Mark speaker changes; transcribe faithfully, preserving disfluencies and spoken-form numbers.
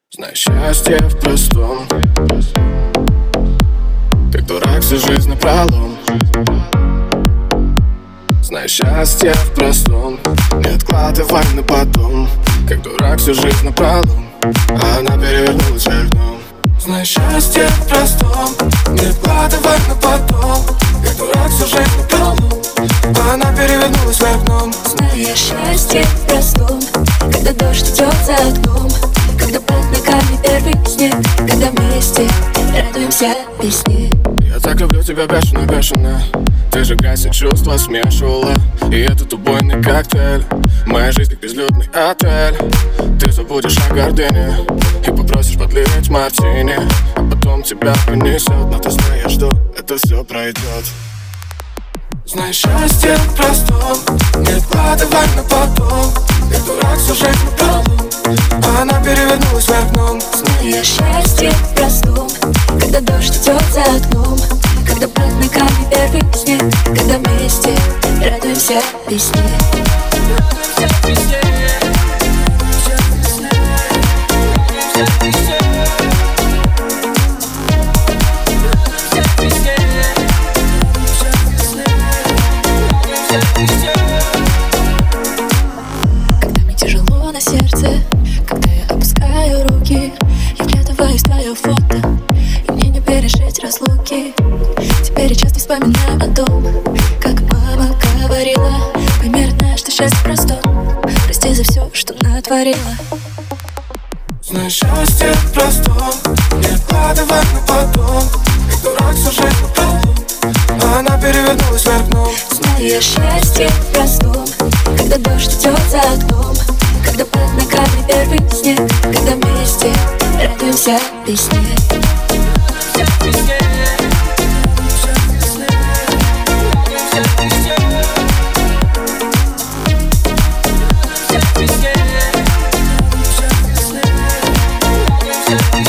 Speaker 1: Знай, счастье в простом, как дурак всю жизнь напролом. Знай, счастье в простом, не откладывай на потом, как дурак всю жизнь напролом, а она перевернулась вверх дном. Знай, счастье в простом, не откладывай на потом, как дурак всю жизнь напролом, а она перевернулась вверх дном.
Speaker 2: Знай, счастье в простом, когда дождь идет за окном, когда под ногами первый снег, когда вместе радуемся весне.
Speaker 1: Я так люблю тебя бешено-бешено, ты же грязь и чувства смешивала, и этот убойный коктейль, моя жизнь как безлюдный отель. Ты забудешь о гордыне и попросишь подлить мартини, а потом тебя понесет, но ты знаешь, что это все пройдет. Знай, счастье в простом, не откладывай на потом, как дурак всю жизнь напролом, а она перевернулась вверх дном.
Speaker 2: Знай, счастье в простом, когда дождь идет за окном, когда под ногами первый снег, когда вместе радуемся весне. Когда мне тяжело на сердце, когда я опускаю руки, я вглядываюсь в твое фото, и мне не пережить разлуки. Теперь я часто вспоминаю о том, как мама говорила: пойми, родная, что счастье просто, прости за все, что натворила.
Speaker 1: Знай, счастье в простом, не откладывай на потом, как дурак всю жизнь напролом, а она перевернулась вверх дном.
Speaker 2: Знаю, счастье в простом, когда дождь идет за окном, когда под ногами первый снег, когда вместе радуемся весне.
Speaker 3: Yeah.